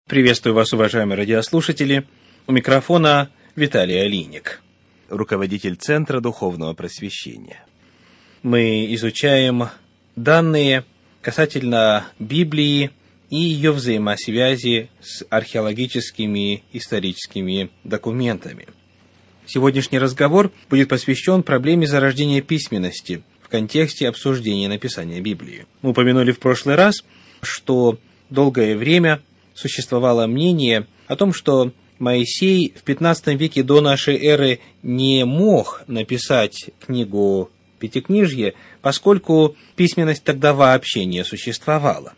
Приветствую вас, уважаемые радиослушатели. У микрофона Виталий Алиник, руководитель Центра Духовного Просвещения. Мы изучаем данные касательно Библии и ее взаимосвязи с археологическими историческими документами. Сегодняшний разговор будет посвящен проблеме зарождения письменности в контексте обсуждения написания Библии. Мы упомянули в прошлый раз, что долгое время существовало мнение о том, что Моисей в 15 веке до нашей эры не мог написать книгу Пятикнижье, поскольку письменность тогда вообще не существовала.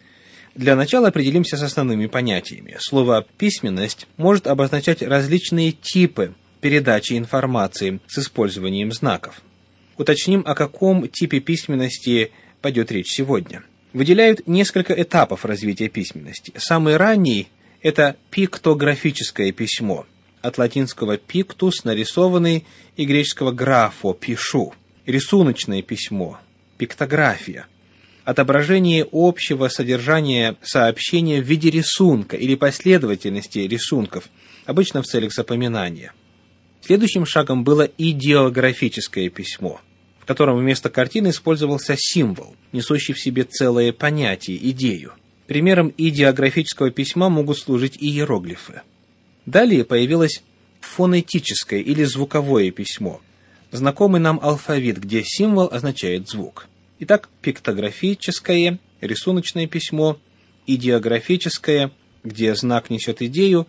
Для начала определимся с основными понятиями. Слово «письменность» может обозначать различные типы передачи информации с использованием знаков. Уточним, о каком типе письменности пойдет речь сегодня. Выделяют несколько этапов развития письменности. Самый ранний – это пиктографическое письмо, от латинского «pictus» – нарисованный, и греческого «grapho» – «пишу». Рисуночное письмо, пиктография, отображение общего содержания сообщения в виде рисунка или последовательности рисунков, обычно в целях запоминания. Следующим шагом было идеографическое письмо, в котором вместо картины использовался символ, несущий в себе целое понятие, идею. Примером идеографического письма могут служить иероглифы. Далее появилось фонетическое или звуковое письмо, знакомый нам алфавит, где символ означает звук. Итак, пиктографическое, рисуночное письмо, идеографическое, где знак несет идею,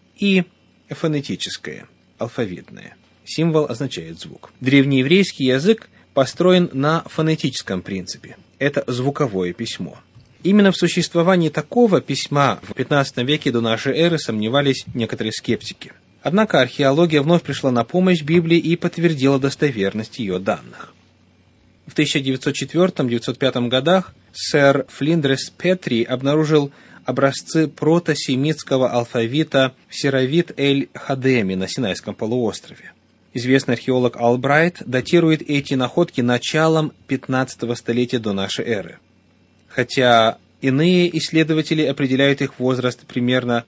и фонетическое, алфавитное. Символ означает звук. Древнееврейский язык построен на фонетическом принципе. Это звуковое письмо. Именно в существовании такого письма в XV веке до нашей эры сомневались некоторые скептики. Однако археология вновь пришла на помощь Библии и подтвердила достоверность ее данных. В 1904-1905 годах сэр Флиндрес Петри обнаружил образцы протосемитского алфавита в Серовит-эль-Хадеме на Синайском полуострове. Известный археолог Албрайт датирует эти находки началом 15 столетия до нашей эры, хотя иные исследователи определяют их возраст примерно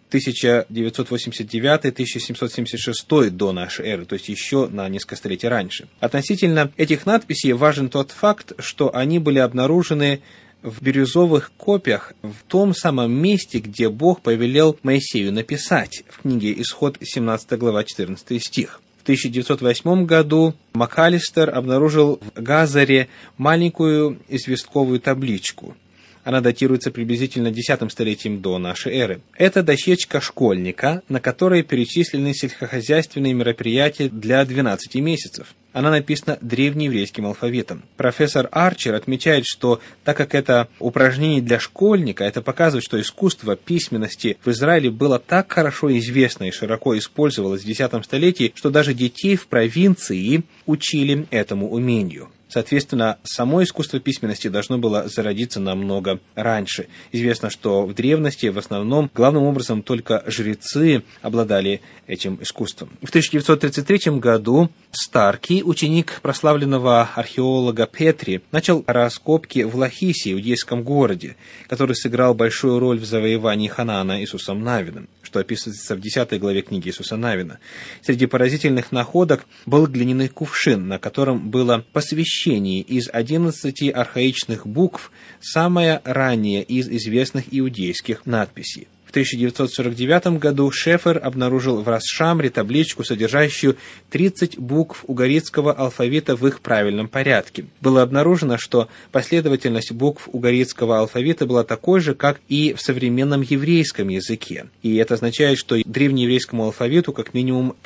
1989-1776 до нашей эры, то есть еще на несколько столетий раньше. Относительно этих надписей важен тот факт, что они были обнаружены в бирюзовых копьях в том самом месте, где Бог повелел Моисею написать, в книге Исход, 17 глава, 14 стих. В 1908 году МакАлистер обнаружил в Газаре маленькую известковую табличку. Она датируется приблизительно 10 столетием до нашей эры. Это дощечка школьника, на которой перечислены сельскохозяйственные мероприятия для 12 месяцев. Она написана древнееврейским алфавитом. Профессор Арчер отмечает, что так как это упражнение для школьника, это показывает, что искусство письменности в Израиле было так хорошо известно и широко использовалось в 10 столетии, что даже детей в провинции учили этому умению. Соответственно, само искусство письменности должно было зародиться намного раньше. Известно, что в древности в основном, главным образом, только жрецы обладали этим искусством. В 1933 году Старки, ученик прославленного археолога Петри, начал раскопки в Лахисе, иудейском городе, который сыграл большую роль в завоевании Ханаана Иисусом Навином, что описывается в 10 главе книги Иисуса Навина. Среди поразительных находок был глиняный кувшин, на котором было посвящение из 11 архаичных букв, самая ранняя из известных иудейских надписей. В 1949 году Шефер обнаружил в Рас-Шамре табличку, содержащую 30 букв угаритского алфавита в их правильном порядке. Было обнаружено, что последовательность букв угаритского алфавита была такой же, как и в современном еврейском языке. И это означает, что древнееврейскому алфавиту как минимум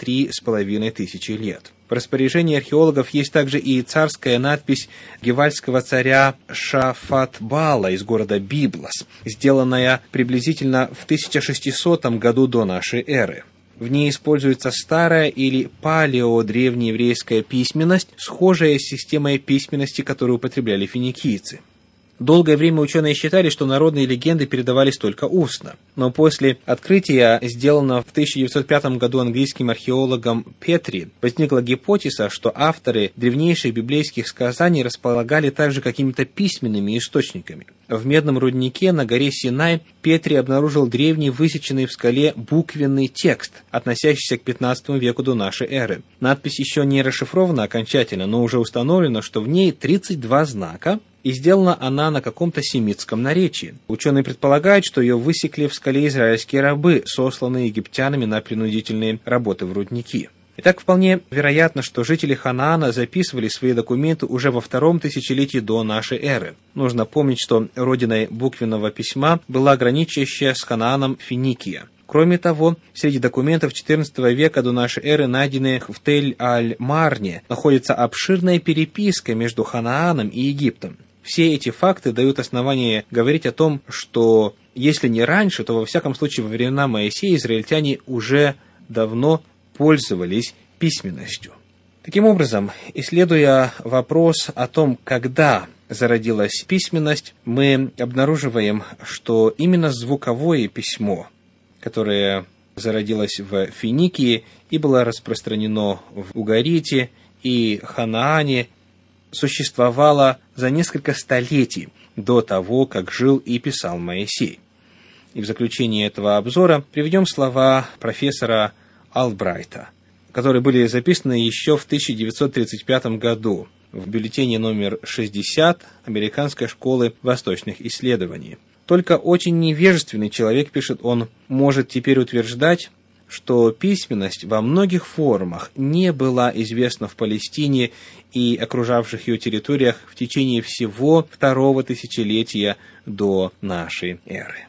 3500 лет. В распоряжении археологов есть также и царская надпись гевальского царя Шафатбала из города Библос, сделанная приблизительно в 1600 году до нашей эры. В ней используется старая или палеодревнееврейская письменность, схожая с системой письменности, которую употребляли финикийцы. Долгое время ученые считали, что народные легенды передавались только устно. Но после открытия, сделанного в 1905 году английским археологом Петри, возникла гипотеза, что авторы древнейших библейских сказаний располагали также какими-то письменными источниками. В медном руднике на горе Синай Петри обнаружил древний высеченный в скале буквенный текст, относящийся к 15 веку до нашей эры. Надпись еще не расшифрована окончательно, но уже установлено, что в ней 32 знака, и сделана она на каком-то семитском наречии. Ученые предполагают, что ее высекли в скале израильские рабы, сосланные египтянами на принудительные работы в рудники. Итак, вполне вероятно, что жители Ханаана записывали свои документы уже во втором тысячелетии до нашей эры. Нужно помнить, что родиной буквенного письма была граничащая с Ханааном Финикия. Кроме того, среди документов XIV века до нашей эры, найденных в Тель-аль-Марне, находится обширная переписка между Ханааном и Египтом. Все эти факты дают основание говорить о том, что если не раньше, то во всяком случае во времена Моисея израильтяне уже давно пользовались письменностью. Таким образом, исследуя вопрос о том, когда зародилась письменность, мы обнаруживаем, что именно звуковое письмо, которое зародилось в Финикии и было распространено в Угарите и Ханаане, существовало за несколько столетий до того, как жил и писал Моисей. И в заключение этого обзора приведем слова профессора Албрайта, которые были записаны еще в 1935 году в бюллетене номер 60 Американской школы восточных исследований. Только очень невежественный человек, пишет он, может теперь утверждать, что письменность во многих формах не была известна в Палестине и окружавших ее территориях в течение всего второго тысячелетия до нашей эры.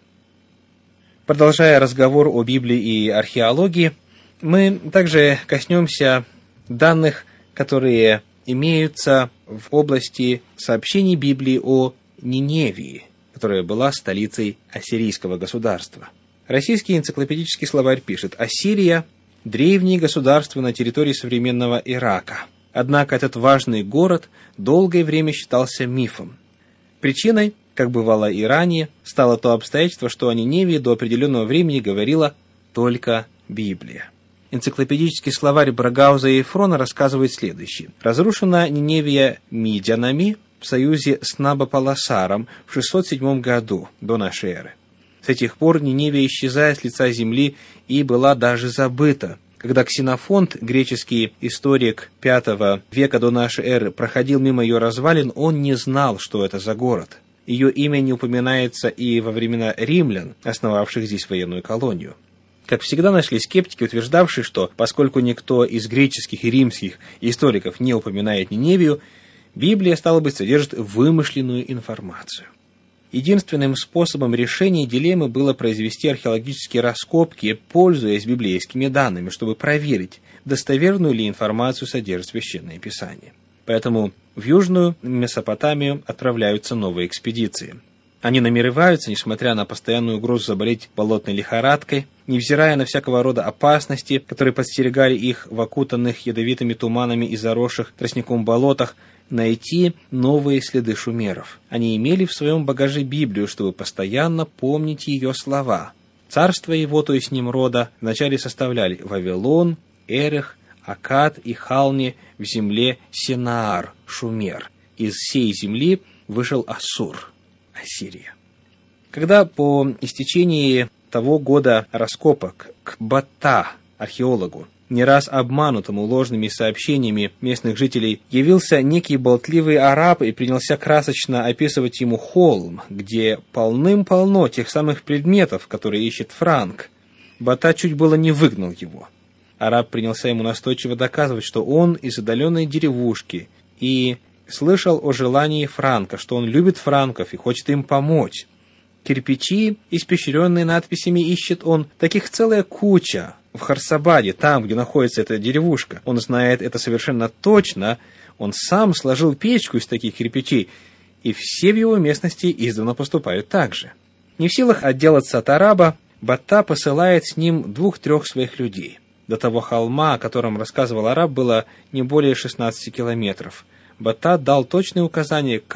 Продолжая разговор о Библии и археологии, мы также коснемся данных, которые имеются в области сообщений Библии о Ниневии, которая была столицей ассирийского государства. Российский энциклопедический словарь пишет: Ассирия – древнее государство на территории современного Ирака. Однако этот важный город долгое время считался мифом. Причиной, как бывало и ранее, стало то обстоятельство, что о Ниневии до определенного времени говорила только Библия. Энциклопедический словарь Брагауза и Эфрона рассказывает следующее. Разрушена Ниневия мидянами в союзе с Набополосаром в 607 году до нашей эры. С этих пор Ниневия исчезает с лица земли и была даже забыта. Когда Ксенофонт, греческий историк V века до нашей эры, проходил мимо ее развалин, он не знал, что это за город. Ее имя не упоминается и во времена римлян, основавших здесь военную колонию. Как всегда, нашлись скептики, утверждавшие, что поскольку никто из греческих и римских историков не упоминает Ниневию, Библия, стало быть, содержит вымышленную информацию. Единственным способом решения дилеммы было произвести археологические раскопки, пользуясь библейскими данными, чтобы проверить, достоверную ли информацию содержит Священное Писание. Поэтому в Южную Месопотамию отправляются новые экспедиции. Они намереваются, несмотря на постоянную угрозу заболеть болотной лихорадкой, невзирая на всякого рода опасности, которые подстерегали их в окутанных ядовитыми туманами и заросших тростником болотах, найти новые следы шумеров. Они имели в своем багаже Библию, чтобы постоянно помнить ее слова. Царство его, то есть Немрода, вначале составляли Вавилон, Эрех, Акад и Хални в земле Синаар, Шумер. Из сей земли вышел Ассур, Ассирия. Когда по истечении того года раскопок к Батта, археологу, не раз обманутому ложными сообщениями местных жителей, явился некий болтливый араб и принялся красочно описывать ему холм, где полным-полно тех самых предметов, которые ищет Франк, Батта чуть было не выгнал его. Араб принялся ему настойчиво доказывать, что он из отдаленной деревушки и слышал о желании Франка, что он любит франков и хочет им помочь. Кирпичи, испещренные надписями, ищет он, таких целая куча в Харсабаде, там, где находится эта деревушка. Он знает это совершенно точно, он сам сложил печку из таких кирпичей, и все в его местности издавна поступают так же. Не в силах отделаться от араба, Батта посылает с ним 2-3 своих людей. До того холма, о котором рассказывал араб, было не более 16 километров. Батта дал точные указания, как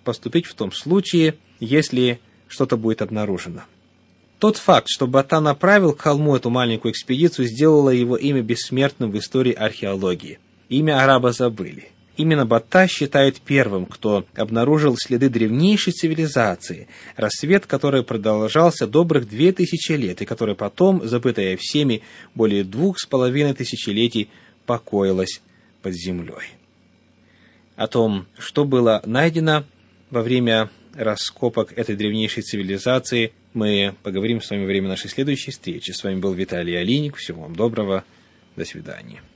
поступить в том случае, если что-то будет обнаружено. Тот факт, что Батта направил к холму эту маленькую экспедицию, сделало его имя бессмертным в истории археологии. Имя араба забыли. Именно Батта считают первым, кто обнаружил следы древнейшей цивилизации, рассвет которой продолжался добрых 2000 лет, и которая потом, забытая всеми, более 2500 тысячелетий покоилась под землей. О том, что было найдено во время раскопок этой древнейшей цивилизации, мы поговорим с вами во время нашей следующей встречи. С вами был Виталий Алиник. Всего вам доброго. До свидания.